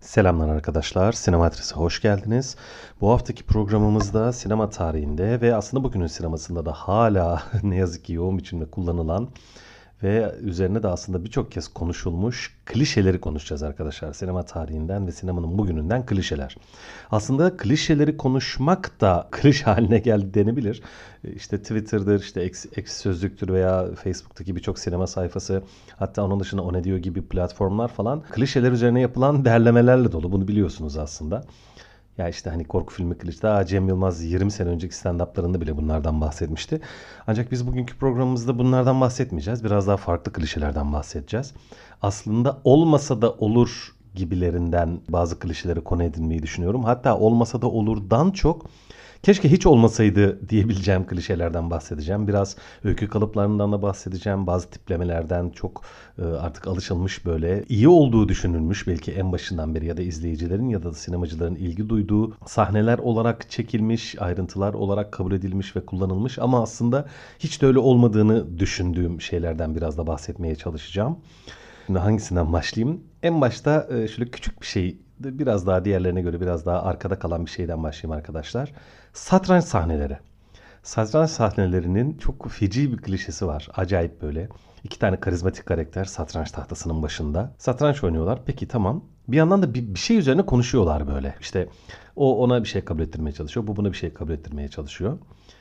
Selamlar arkadaşlar, Sinematris'e hoş geldiniz. Bu haftaki programımızda sinema tarihinde ve aslında bugünün sinemasında da hala ne yazık ki yoğun biçimde kullanılan ve üzerine de aslında birçok kez konuşulmuş klişeleri konuşacağız arkadaşlar. Sinema tarihinden ve sinemanın bugününden klişeler. Aslında klişeleri konuşmak da klişe haline geldi denebilir. İşte Twitter'dır, işte X Sözlük'tür veya Facebook'taki birçok sinema sayfası, hatta onun dışında O Ne Diyor gibi platformlar falan klişeler üzerine yapılan derlemelerle dolu. Bunu biliyorsunuz aslında. Ya işte hani korku filmi klişe. Daha Cem Yılmaz 20 sene önceki stand-up'larında bile bunlardan bahsetmişti. Ancak biz bugünkü programımızda bunlardan bahsetmeyeceğiz. Biraz daha farklı klişelerden bahsedeceğiz. Aslında olmasa da olur gibilerinden bazı klişeleri konu edinmeyi düşünüyorum. Hatta olmasa da olurdan çok keşke hiç olmasaydı diyebileceğim klişelerden bahsedeceğim. Biraz öykü kalıplarından da bahsedeceğim. Bazı tiplemelerden çok artık alışılmış, böyle iyi olduğu düşünülmüş belki en başından beri ya da izleyicilerin ya da sinemacıların ilgi duyduğu sahneler olarak çekilmiş, ayrıntılar olarak kabul edilmiş ve kullanılmış ama aslında hiç de öyle olmadığını düşündüğüm şeylerden biraz da bahsetmeye çalışacağım. Şimdi hangisinden başlayayım? En başta şöyle küçük bir şey, biraz daha diğerlerine göre biraz daha arkada kalan bir şeyden başlayayım arkadaşlar. Satranç sahneleri. Satranç sahnelerinin çok feci bir klişesi var. Acayip böyle. İki tane karizmatik karakter satranç tahtasının başında. Satranç oynuyorlar. Peki tamam. Bir yandan da bir şey üzerine konuşuyorlar böyle. İşte o ona bir şey kabul ettirmeye çalışıyor. Bu buna bir şey kabul ettirmeye çalışıyor.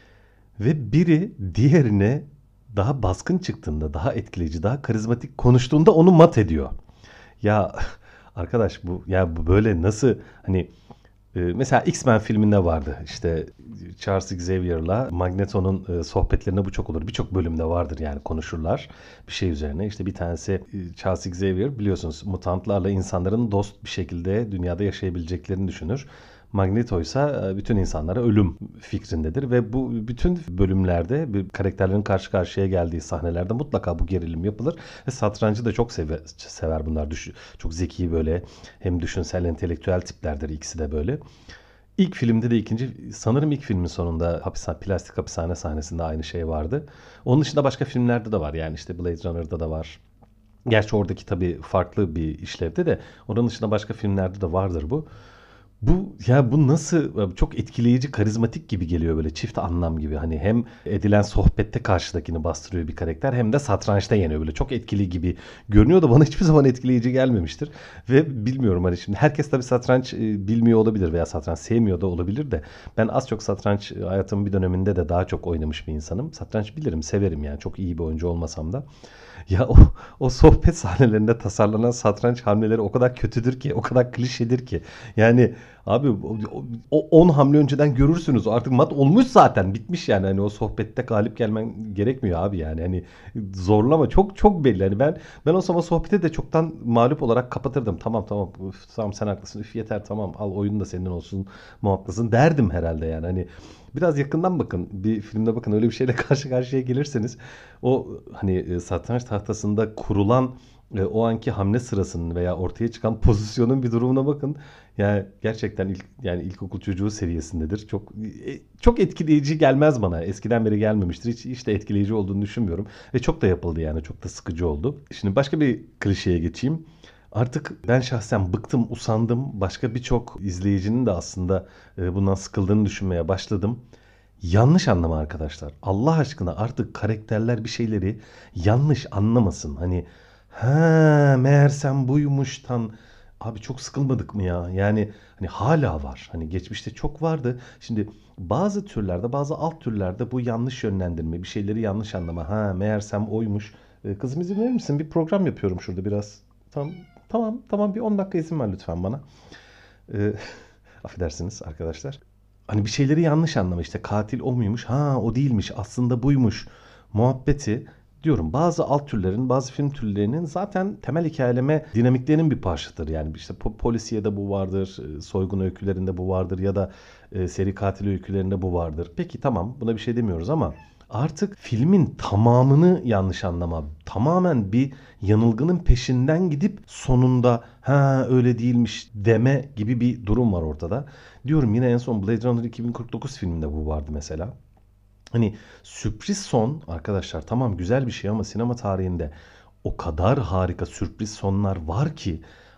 Ve biri diğerine daha baskın çıktığında, daha etkileyici, daha karizmatik konuştuğunda onu mat ediyor. Ya arkadaş bu böyle nasıl, hani mesela X-Men filminde vardı işte Charles Xavier'la Magneto'nun sohbetlerinde bu çok olur. Birçok bölümde vardır yani, konuşurlar bir şey üzerine. İşte bir tanesi Charles Xavier, biliyorsunuz, mutantlarla insanların dost bir şekilde dünyada yaşayabileceklerini düşünür. Magneto ise bütün insanlara ölüm fikrindedir ve bu bütün bölümlerde karakterlerin karşı karşıya geldiği sahnelerde mutlaka bu gerilim yapılır ve satrancı da çok sever bunlar. Çok zeki, böyle hem düşünsel, entelektüel tiplerdir ikisi de böyle. İlk filmde de sanırım ilk filmin sonunda plastik hapishane sahnesinde aynı şey vardı. Onun dışında başka filmlerde de var, yani işte Blade Runner'da da var. Gerçi oradaki tabii farklı bir işlevde de onun dışında başka filmlerde de vardır bu. Bu nasıl çok etkileyici, karizmatik gibi geliyor, böyle çift anlam gibi. Hani hem edilen sohbette karşıdakini bastırıyor bir karakter, hem de satrançta yeniyor, böyle çok etkili gibi görünüyor da bana hiçbir zaman etkileyici gelmemiştir. Ve bilmiyorum, hani şimdi herkes tabii satranç bilmiyor olabilir veya satranç sevmiyor da olabilir de ben az çok satranç hayatımın bir döneminde de daha çok oynamış bir insanım. Satranç bilirim, severim yani, çok iyi bir oyuncu olmasam da. Ya o sohbet sahnelerinde tasarlanan satranç hamleleri o kadar kötüdür ki, o kadar klişedir ki. Yani abi o 10 hamle önceden görürsünüz. Artık mat olmuş zaten. Bitmiş yani. Hani o sohbette galip gelmen gerekmiyor abi yani. Hani zorlama, çok çok belli. Hani ben o zaman sohbeti de çoktan mağlup olarak kapatırdım. Tamam tamam. Üf, tamam sen haklısın. Üf, yeter tamam. Al, oyun da senin olsun. Muhaklısın derdim herhalde yani. Hani biraz yakından bakın. Bir filmde bakın, öyle bir şeyle karşı karşıya gelirseniz o hani satranç tahtasında kurulan o anki hamle sırasının veya ortaya çıkan pozisyonun bir durumuna bakın. Yani gerçekten yani ilkokul çocuğu seviyesindedir. Çok etkileyici gelmez bana. Eskiden beri gelmemiştir. Hiç de etkileyici olduğunu düşünmüyorum. Ve çok da yapıldı yani. Çok da sıkıcı oldu. Şimdi başka bir klişeye geçeyim. Artık ben şahsen bıktım, usandım. Başka birçok izleyicinin de aslında bundan sıkıldığını düşünmeye başladım. Yanlış anlama arkadaşlar. Allah aşkına artık karakterler bir şeyleri yanlış anlamasın. Hani ha meğersem buymuştan. Abi çok sıkılmadık mı ya? Yani hani hala var. Hani geçmişte çok vardı. Şimdi bazı türlerde, bazı alt türlerde bu yanlış yönlendirme, bir şeyleri yanlış anlama. Ha meğersem oymuş. Kızım, izin verir misin? Bir program yapıyorum şurada biraz. Tamam tamam tamam, bir 10 dakika izin ver lütfen bana. Ee, Affedersiniz arkadaşlar. Hani bir şeyleri yanlış anlama, işte katil o muymuş, ha o değilmiş, aslında buymuş muhabbeti diyorum. Bazı alt türlerin, bazı film türlerinin zaten temel hikayeleme dinamiklerinin bir parçasıdır. Yani işte polisiyede bu vardır, soygun öykülerinde bu vardır ya da seri katil öykülerinde bu vardır. Peki tamam, buna bir şey demiyoruz ama artık filmin tamamını yanlış anlama, tamamen bir yanılgının peşinden gidip sonunda ha öyle değilmiş deme gibi bir durum var ortada. Diyorum, yine en son Blade Runner 2049 filminde bu vardı mesela. Hani sürpriz son arkadaşlar, tamam güzel bir şey ama sinema tarihinde o kadar harika sürpriz sonlar var ki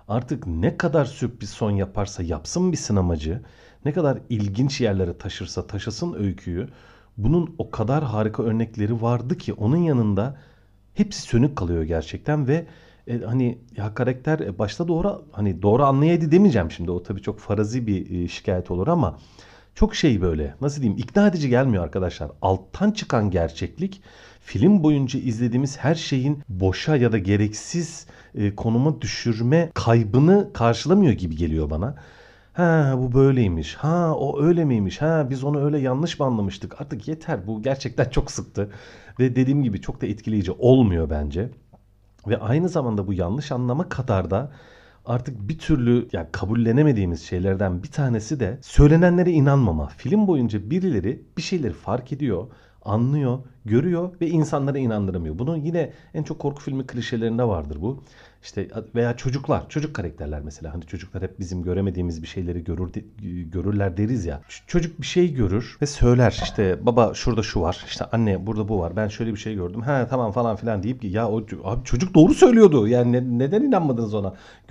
Artık ne kadar sürpriz son yaparsa yapsın bir sinemacı, ne kadar ilginç yerlere taşırsa taşısın öyküyü, bunun o kadar harika örnekleri vardı ki onun yanında hepsi sönük kalıyor gerçekten ve hani ya karakter başta doğru hani doğru anlayaydı demeyeceğim şimdi. O tabii çok farazi bir şikayet olur ama çok şey böyle nasıl diyeyim ikna edici gelmiyor arkadaşlar. Alttan çıkan gerçeklik film boyunca izlediğimiz her şeyin boşa ya da gereksiz konuma düşürme kaybını karşılamıyor gibi geliyor bana. Ha bu böyleymiş. Ha o öyle miymiş? Ha biz onu öyle yanlış mı anlamıştık? Artık yeter. Bu gerçekten çok sıktı. Ve dediğim gibi çok da etkileyici olmuyor bence. Ve aynı zamanda bu yanlış anlama kadar da artık bir türlü ya kabullenemediğimiz şeylerden bir tanesi de söylenenlere inanmama. Film boyunca birileri bir şeyleri fark ediyor, anlıyor, görüyor ve insanlara inandıramıyor. Bunun yine en çok korku filmi klişelerinde vardır bu. İşte veya çocuklar, çocuk karakterler mesela. Hani çocuklar hep bizim göremediğimiz bir şeyleri görürler deriz ya. Çocuk bir şey görür ve söyler. İşte baba şurada şu var. İşte anne burada bu var. Ben şöyle bir şey gördüm. Ha tamam falan filan deyip ki ya o abi çocuk doğru söylüyordu. Yani neden inanmadınız ona?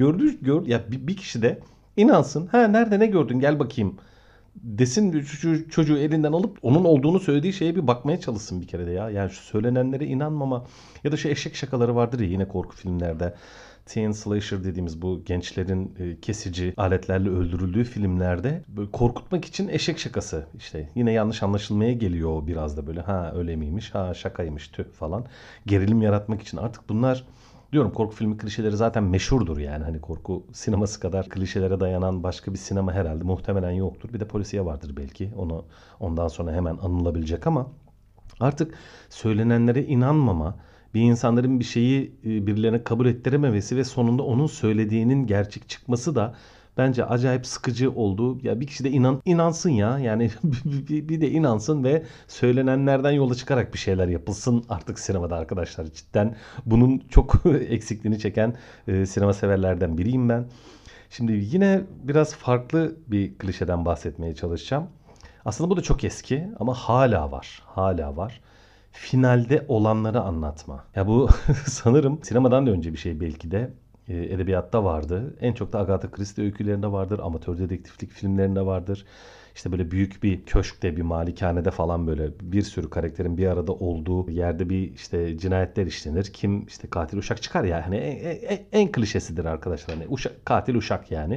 Ya bir kişi de inansın. Ha nerede ne gördün gel bakayım desin çocuğu elinden alıp onun olduğunu söylediği şeye bir bakmaya çalışsın bir kere de ya. Yani şu söylenenlere inanmama ya da şu eşek şakaları vardır ya yine korku filmlerde. Teen slasher dediğimiz bu gençlerin kesici aletlerle öldürüldüğü filmlerde böyle korkutmak için eşek şakası işte yine yanlış anlaşılmaya geliyor o biraz da böyle ha öyle miymiş ha şakaymış tüh falan gerilim yaratmak için artık bunlar diyorum korku filmi klişeleri zaten meşhurdur yani hani korku sineması kadar klişelere dayanan başka bir sinema herhalde muhtemelen yoktur. Bir de polisiye vardır belki onu ondan sonra hemen anılabilecek ama artık söylenenlere inanmama, bir insanların bir şeyi birilerine kabul ettirememesi ve sonunda onun söylediğinin gerçek çıkması da bence acayip sıkıcı oldu. Ya bir kişi de inansın ya. Yani bir de inansın ve söylenenlerden yola çıkarak bir şeyler yapılsın artık sinemada arkadaşlar. Cidden bunun çok eksikliğini çeken sinema severlerden biriyim ben. Şimdi yine biraz farklı bir klişeden bahsetmeye çalışacağım. Aslında bu da çok eski ama hala var. Hala var. Finalde olanları anlatma. Ya bu sanırım sinemadan da önce bir şey belki de edebiyatta vardı. En çok da Agatha Christie öykülerinde vardır. Amatör dedektiflik filmlerinde vardır. İşte böyle büyük bir köşkte, bir malikanede falan böyle bir sürü karakterin bir arada olduğu yerde bir işte cinayetler işlenir. Kim işte katil uşak çıkar ya. Hani en klişesidir arkadaşlar. Hani katil uşak yani.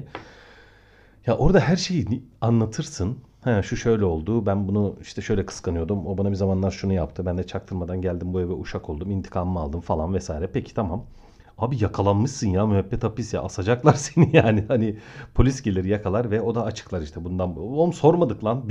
Ya orada her şeyi anlatırsın. Ha şu şöyle oldu. Ben bunu işte şöyle kıskanıyordum. O bana bir zamanlar şunu yaptı. Ben de çaktırmadan geldim bu eve uşak oldum. İntikamımı aldım falan vesaire. Peki tamam. Abi yakalanmışsın ya müebbet hapis ya asacaklar seni yani hani polis gelir yakalar ve o da açıklar işte bundan oğlum sormadık lan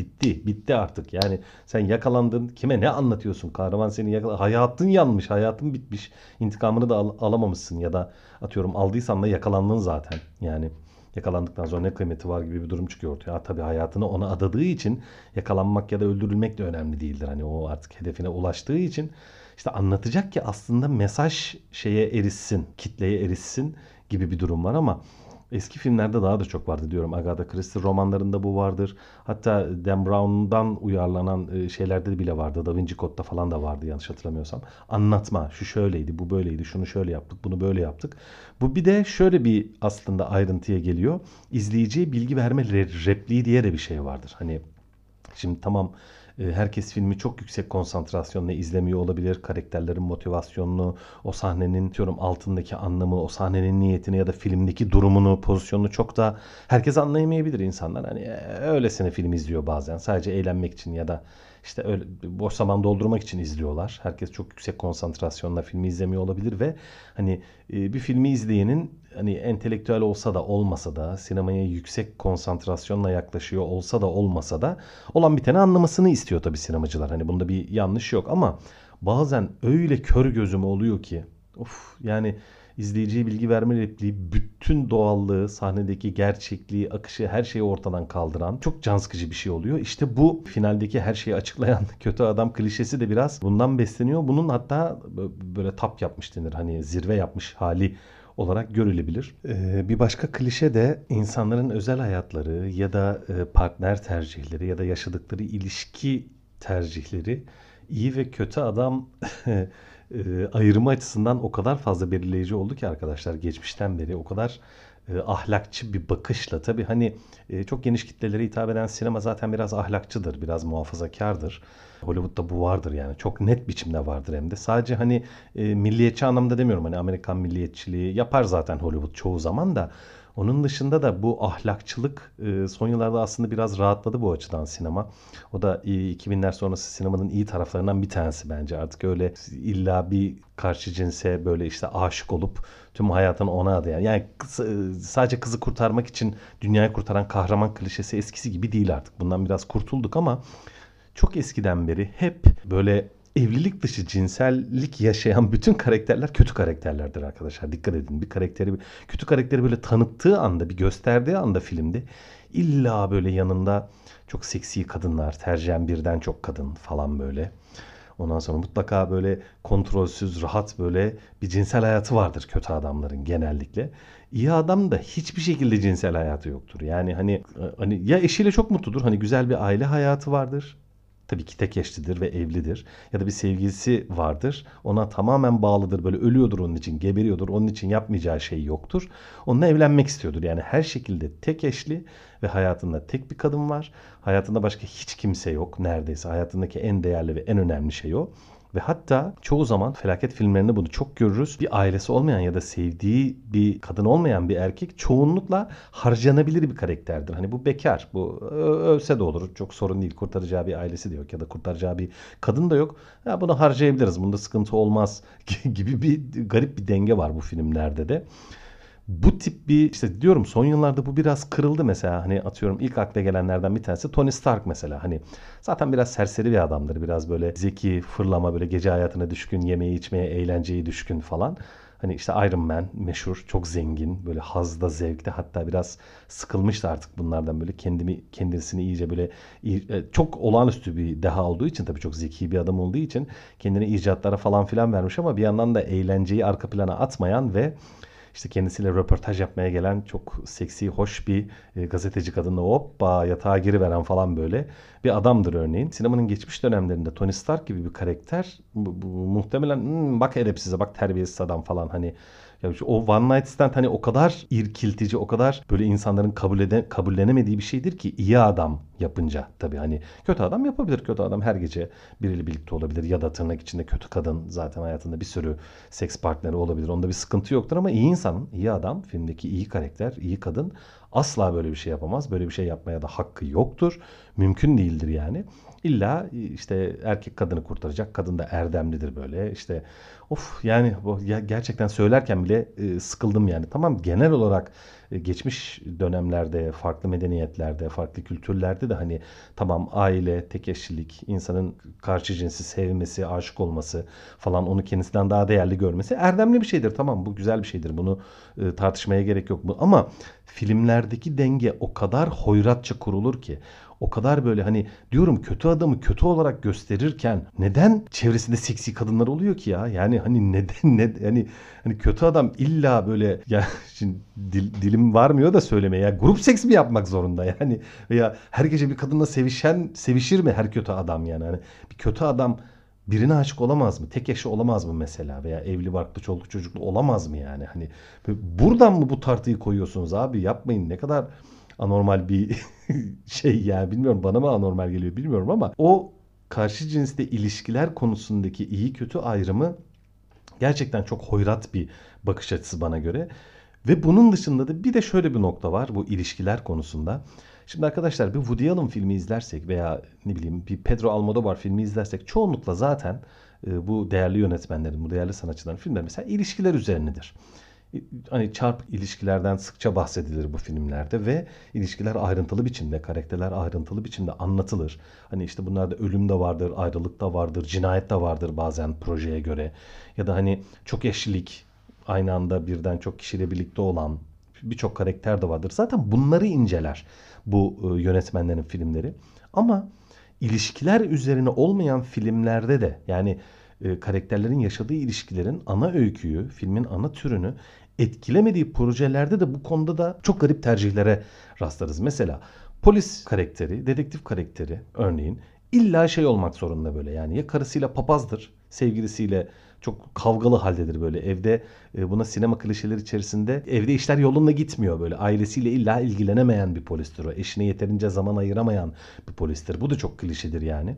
bitti artık yani sen yakalandın kime ne anlatıyorsun kahraman seni yakala hayatın yanmış hayatın bitmiş intikamını da alamamışsın ya da atıyorum aldıysan da yakalandın zaten yani yakalandıktan sonra ne kıymeti var gibi bir durum çıkıyor ortaya. Tabii hayatını ona adadığı için yakalanmak ya da öldürülmek de önemli değildir. Hani o artık hedefine ulaştığı için işte anlatacak ki aslında mesaj şeye erişsin, kitleye erişsin gibi bir durum var ama eski filmlerde daha da çok vardı diyorum. Agatha Christie romanlarında bu vardır. Hatta Dan Brown'dan uyarlanan şeylerde bile vardı. Da Vinci Code'da falan da vardı yanlış hatırlamıyorsam. Anlatma, şu şöyleydi, bu böyleydi, şunu şöyle yaptık, bunu böyle yaptık. Bu bir de şöyle bir aslında ayrıntıya geliyor. İzleyiciye bilgi verme repliği diye de bir şey vardır. Hani şimdi tamam herkes filmi çok yüksek konsantrasyonla izlemiyor olabilir. Karakterlerin motivasyonunu, o sahnenin diyorum altındaki anlamı, o sahnenin niyetini ya da filmdeki durumunu, pozisyonunu çok da herkes anlayamayabilir insanlar. Hani öylesine film izliyor bazen. Sadece eğlenmek için ya da işte öyle boş zaman doldurmak için izliyorlar. Herkes çok yüksek konsantrasyonla filmi izlemiyor olabilir ve hani bir filmi izleyenin hani entelektüel olsa da olmasa da sinemaya yüksek konsantrasyonla yaklaşıyor olsa da olmasa da olan biteni anlamasını istiyor tabii sinemacılar. Hani bunda bir yanlış yok ama bazen öyle kör gözüm oluyor ki of yani izleyiciye bilgi verme repliği bütün doğallığı, sahnedeki gerçekliği, akışı her şeyi ortadan kaldıran çok can sıkıcı bir şey oluyor. İşte bu finaldeki her şeyi açıklayan kötü adam klişesi de biraz bundan besleniyor. Bunun hatta böyle tap yapmış denir. Hani zirve yapmış hali olarak görülebilir. Bir başka klişe de insanların özel hayatları ya da partner tercihleri ya da yaşadıkları ilişki tercihleri iyi ve kötü adam ayırma açısından o kadar fazla belirleyici oldu ki arkadaşlar, geçmişten beri o kadar ahlakçı bir bakışla. Tabii hani çok geniş kitlelere hitap eden sinema zaten biraz ahlakçıdır, biraz muhafazakardır. Hollywood'da bu vardır yani, çok net biçimde vardır hem de. Sadece hani milliyetçi anlamda demiyorum, hani Amerikan milliyetçiliği yapar zaten Hollywood çoğu zaman da. Onun dışında da bu ahlakçılık son yıllarda aslında biraz rahatladı bu açıdan sinema. O da 2000'ler sonrası sinemanın iyi taraflarından bir tanesi bence. Artık öyle illa bir karşı cinse böyle işte aşık olup tüm hayatını ona adayan. Yani sadece kızı kurtarmak için dünyayı kurtaran kahraman klişesi eskisi gibi değil artık. Bundan biraz kurtulduk ama çok eskiden beri hep böyle evlilik dışı cinsellik yaşayan bütün karakterler kötü karakterlerdir arkadaşlar. Dikkat edin. Bir karakteri, kötü karakteri böyle tanıttığı anda, bir gösterdiği anda filmde illa böyle yanında çok seksi kadınlar, tercihen birden çok kadın falan böyle. Ondan sonra mutlaka böyle kontrolsüz, rahat böyle bir cinsel hayatı vardır kötü adamların genellikle. İyi adam da hiçbir şekilde cinsel hayatı yoktur. Yani hani ya eşiyle çok mutludur. Hani güzel bir aile hayatı vardır. Tabii ki tek eşlidir ve evlidir. Ya da bir sevgilisi vardır. Ona tamamen bağlıdır. Böyle ölüyordur onun için, geberiyordur. Onun için yapmayacağı şey yoktur. Onunla evlenmek istiyordur. Yani her şekilde tek eşli ve hayatında tek bir kadın var. Hayatında başka hiç kimse yok neredeyse. Hayatındaki en değerli ve en önemli şey o. Ve hatta çoğu zaman felaket filmlerinde bunu çok görürüz. Bir ailesi olmayan ya da sevdiği bir kadın olmayan bir erkek çoğunlukla harcanabilir bir karakterdir. Hani bu bekar, bu ölse de olur. Çok sorun değil. Kurtaracağı bir ailesi de yok ya da kurtaracağı bir kadın da yok. Ya bunu harcayabiliriz. Bunda sıkıntı olmaz gibi bir garip bir denge var bu filmlerde de. Bu tip bir işte diyorum, son yıllarda bu biraz kırıldı mesela. Hani atıyorum, ilk akla gelenlerden bir tanesi Tony Stark mesela. Hani zaten biraz serseri bir adamdır. Biraz böyle zeki, fırlama, böyle gece hayatına düşkün, yemeğe içmeye, eğlenceye düşkün falan. Hani işte Iron Man meşhur, çok zengin, böyle hazda, zevkte, hatta biraz sıkılmıştı artık bunlardan, böyle kendisini iyice böyle çok olağanüstü bir deha olduğu için, tabii çok zeki bir adam olduğu için kendini icatlara falan filan vermiş ama bir yandan da eğlenceyi arka plana atmayan ve işte kendisiyle röportaj yapmaya gelen çok seksi, hoş bir gazeteci kadınla hoppa yatağa giriveren falan böyle bir adamdır örneğin. Sinemanın geçmiş dönemlerinde Tony Stark gibi bir karakter muhtemelen bak edepsize, bak terbiyesiz adam falan, hani ya o One Night Stand hani o kadar irkiltici, o kadar böyle insanların kabullenemediği bir şeydir ki, iyi adam yapınca tabii, hani kötü adam yapabilir. Kötü adam her gece biriyle birlikte olabilir ya da tırnak içinde kötü kadın zaten hayatında bir sürü seks partneri olabilir. Onda bir sıkıntı yoktur ama iyi insan, iyi adam, filmdeki iyi karakter, iyi kadın asla böyle bir şey yapamaz. Böyle bir şey yapmaya da hakkı yoktur. Mümkün değildir yani. İlla işte erkek kadını kurtaracak. Kadın da erdemlidir böyle. İşte of yani bu gerçekten söylerken bile sıkıldım yani. Tamam, genel olarak geçmiş dönemlerde, farklı medeniyetlerde, farklı kültürlerde de hani tamam, aile, tek eşlilik, insanın karşı cinsi sevmesi, aşık olması falan, onu kendisinden daha değerli görmesi erdemli bir şeydir. Tamam, bu güzel bir şeydir. Bunu tartışmaya gerek yok. Ama filmlerdeki denge o kadar hoyratça kurulur ki, o kadar böyle hani diyorum, kötü adamı kötü olarak gösterirken neden çevresinde seksi kadınlar oluyor ki ya? Yani hani neden hani kötü adam illa böyle ya şimdi dilim varmıyor da söylemeye, ya grup seks mi yapmak zorunda yani, veya her gece bir kadınla sevişir mi her kötü adam yani? Hani bir kötü adam birine aşık olamaz mı? Tek eşi olamaz mı mesela? Veya evli barklı çoluk çocuklu olamaz mı yani? Hani buradan mı bu tartıyı koyuyorsunuz abi? Yapmayın, ne kadar anormal bir şey yani, bilmiyorum, bana mı anormal geliyor bilmiyorum ama o karşı cinsle ilişkiler konusundaki iyi kötü ayrımı gerçekten çok hoyrat bir bakış açısı bana göre. Ve bunun dışında da bir de şöyle bir nokta var bu ilişkiler konusunda. Şimdi arkadaşlar, bir Woody Allen filmi izlersek veya ne bileyim bir Pedro Almodovar filmi izlersek, çoğunlukla zaten bu değerli yönetmenlerin, bu değerli sanatçıların filmleri mesela ilişkiler üzerinedir. Hani çarpık ilişkilerden sıkça bahsedilir bu filmlerde ve ilişkiler ayrıntılı biçimde, karakterler ayrıntılı biçimde anlatılır. Hani işte bunlarda ölüm de vardır, ayrılık da vardır, cinayet de vardır bazen projeye göre. Ya da hani çok eşlilik, aynı anda birden çok kişiyle birlikte olan birçok karakter de vardır. Zaten bunları inceler bu yönetmenlerin filmleri. Ama ilişkiler üzerine olmayan filmlerde de, yani karakterlerin yaşadığı ilişkilerin ana öyküyü, filmin ana türünü etkilemediği projelerde de bu konuda da çok garip tercihlere rastlarız. Mesela polis karakteri, dedektif karakteri örneğin illa şey olmak zorunda böyle, yani ya karısıyla papazdır, sevgilisiyle çok kavgalı haldedir böyle. Evde buna sinema klişeleri içerisinde evde işler yolunda gitmiyor böyle. Ailesiyle illa ilgilenemeyen bir polistir o. Eşine yeterince zaman ayıramayan bir polistir. Bu da çok klişedir yani.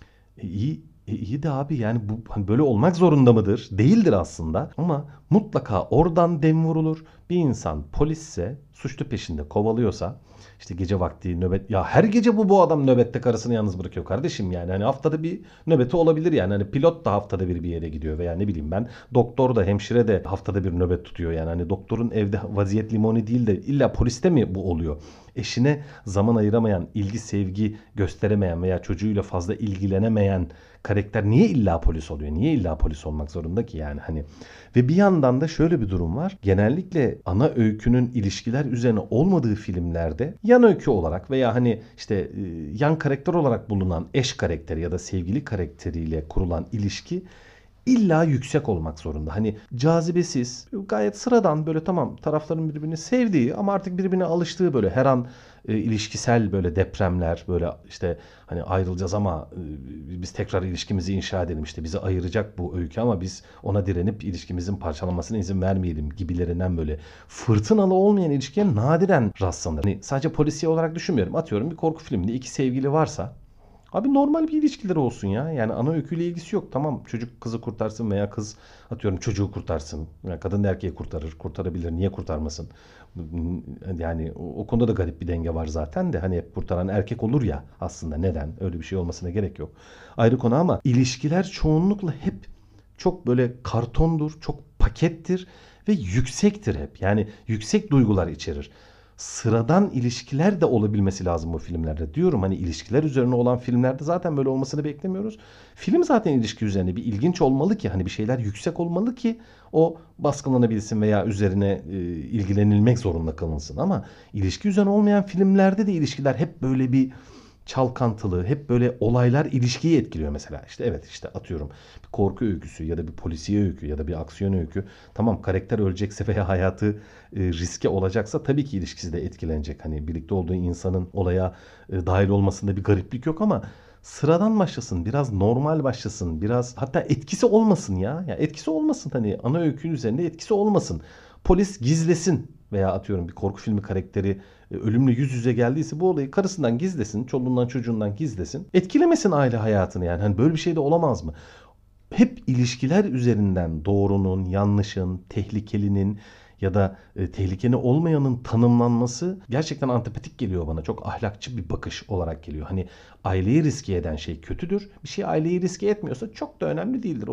İyi de abi yani bu hani böyle olmak zorunda mıdır? Değildir aslında ama mutlaka oradan dem vurulur. Bir insan polisse suçlu peşinde kovalıyorsa işte gece vakti nöbet ya her gece bu adam nöbette karısını yalnız bırakıyor kardeşim yani hani haftada bir nöbeti olabilir yani hani pilot da haftada bir yere gidiyor veya ne bileyim ben doktor da hemşire de haftada bir nöbet tutuyor yani hani doktorun evde vaziyet limoni değil de illa poliste mi bu oluyor? Eşine zaman ayıramayan, ilgi sevgi gösteremeyen veya çocuğuyla fazla ilgilenemeyen karakter niye illa polis oluyor? Niye illa polis olmak zorunda ki yani hani? Ve bir yandan da şöyle bir durum var. Genellikle ana öykünün ilişkiler üzerine olmadığı filmlerde yan öykü olarak veya hani işte yan karakter olarak bulunan eş karakteri ya da sevgili karakteriyle kurulan ilişki illa yüksek olmak zorunda. Hani cazibesiz, gayet sıradan böyle tamam tarafların birbirini sevdiği ama artık birbirine alıştığı böyle her an ilişkisel böyle depremler böyle işte hani ayrılacağız ama biz tekrar ilişkimizi inşa edelim işte bizi ayıracak bu öykü ama biz ona direnip ilişkimizin parçalanmasına izin vermeyelim gibilerinden böyle fırtınalı olmayan ilişkiye nadiren rastlanır. Hani sadece polisiye olarak düşünmüyorum. Atıyorum bir korku filminde iki sevgili varsa abi normal bir ilişkileri olsun ya. Yani ana öyküyle ilgisi yok. Tamam çocuk kızı kurtarsın veya kız atıyorum çocuğu kurtarsın. Yani kadın da erkeği kurtarır. Kurtarabilir. Niye kurtarmasın? Yani o konuda da garip bir denge var zaten de. Hani hep kurtaran erkek olur ya aslında. Neden? Öyle bir şey olmasına gerek yok. Ayrı konu ama ilişkiler çoğunlukla hep çok böyle kartondur. Çok pakettir. Ve yüksektir hep. Yani yüksek duygular içerir. Sıradan ilişkiler de olabilmesi lazım bu filmlerde. Diyorum hani ilişkiler üzerine olan filmlerde zaten böyle olmasını beklemiyoruz. Film zaten ilişki üzerine bir ilginç olmalı ki hani bir şeyler yüksek olmalı ki o baskılanabilsin veya üzerine ilgilenilmek zorunda kalınsın. Ama ilişki üzerine olmayan filmlerde de ilişkiler hep böyle bir çalkantılı, hep böyle olaylar ilişkiyi etkiliyor mesela. İşte evet işte atıyorum bir korku öyküsü ya da bir polisiye öykü ya da bir aksiyon öykü. Tamam karakter ölecekse veya hayatı riske olacaksa tabii ki ilişkisi de etkilenecek. Hani birlikte olduğu insanın olaya dahil olmasında bir gariplik yok ama sıradan başlasın, biraz normal başlasın, biraz hatta etkisi olmasın ya. Ya etkisi olmasın hani ana öykünün üzerinde etkisi olmasın. Polis gizlesin veya atıyorum bir korku filmi karakteri ölümle yüz yüze geldiyse bu olayı karısından gizlesin, çoluğundan çocuğundan gizlesin. Etkilemesin aile hayatını yani. Hani böyle bir şey de olamaz mı? Hep ilişkiler üzerinden doğrunun, yanlışın, tehlikelinin ya da tehlikeli olmayanın tanımlanması gerçekten antipatik geliyor bana. Çok ahlakçı bir bakış olarak geliyor. Hani aileyi riske eden şey kötüdür. Bir şey aileyi riske etmiyorsa çok da önemli değildir.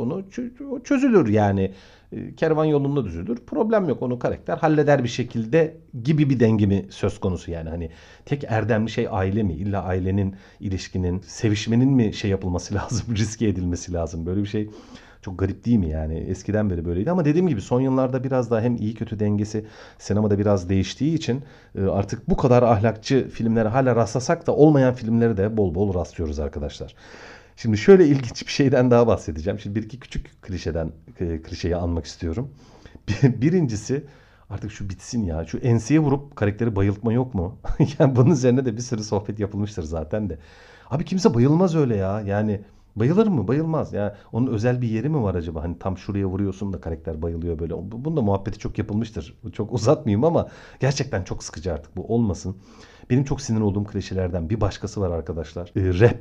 O çözülür yani. Kervan yolunda düzülür. Problem yok. Onu karakter halleder bir şekilde gibi bir denge söz konusu yani. Hani tek erdemli şey aile mi? İlla ailenin, ilişkinin, sevişmenin mi şey yapılması lazım, riske edilmesi lazım? Böyle bir şey çok garip değil mi yani? Eskiden beri böyleydi ama dediğim gibi son yıllarda biraz daha hem iyi kötü dengesi sinemada biraz değiştiği için artık bu kadar ahlakçı filmlere hala rastlasak da olmayan filmlere de bol bol rastlıyoruz arkadaşlar. Şimdi şöyle ilginç bir şeyden daha bahsedeceğim. Şimdi bir iki küçük klişeyi anmak istiyorum. Birincisi artık şu bitsin ya. Şu enseye vurup karakteri bayıltma yok mu? Yani bunun üzerine de bir sürü sohbet yapılmıştır zaten de. Abi kimse bayılmaz öyle ya. Yani bayılır mı? Bayılmaz. Yani onun özel bir yeri mi var acaba? Hani tam şuraya vuruyorsun da karakter bayılıyor böyle. Bunun da muhabbeti çok yapılmıştır. Çok uzatmayayım ama gerçekten çok sıkıcı artık bu olmasın. Benim çok sinir olduğum klişelerden bir başkası var arkadaşlar.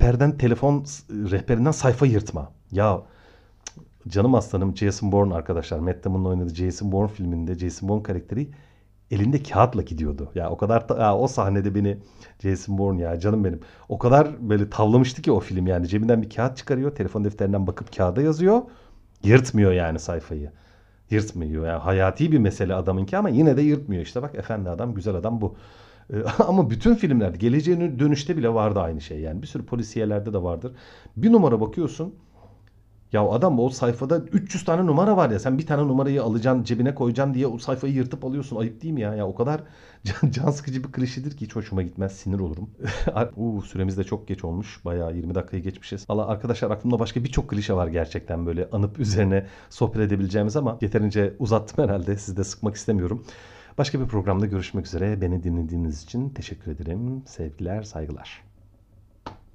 Rehberinden sayfa yırtma. Ya canım aslanım Jason Bourne arkadaşlar. Matt Damon'un oynadığı Jason Bourne filminde Jason Bourne karakteri elinde kağıtla gidiyordu. Ya o kadar o sahnede beni Jason Bourne ya canım benim. O kadar böyle tavlamıştı ki o film yani. Cebinden bir kağıt çıkarıyor. Telefon defterinden bakıp kağıda yazıyor. Yırtmıyor yani sayfayı. Yırtmıyor. Yani hayati bir mesele adamınki ama yine de yırtmıyor. İşte bak efendi adam, güzel adam bu. Ama bütün filmlerde Geleceğe Dönüş'te bile vardı aynı şey yani. Bir sürü polisiyelerde de vardır. Bir numara bakıyorsun. Ya adam o sayfada 300 tane numara var ya. Sen bir tane numarayı alacaksın cebine koyacaksın diye o sayfayı yırtıp alıyorsun. Ayıp değil mi ya? Ya o kadar can sıkıcı bir klişedir ki hiç hoşuma gitmez. Sinir olurum. Süremiz de çok geç olmuş. Bayağı 20 dakikayı geçmişiz. Valla arkadaşlar aklımda başka birçok klişe var gerçekten böyle anıp üzerine sohbet edebileceğimiz ama yeterince uzattım herhalde. Sizi de sıkmak istemiyorum. Başka bir programda görüşmek üzere. Beni dinlediğiniz için teşekkür ederim. Sevgiler, saygılar.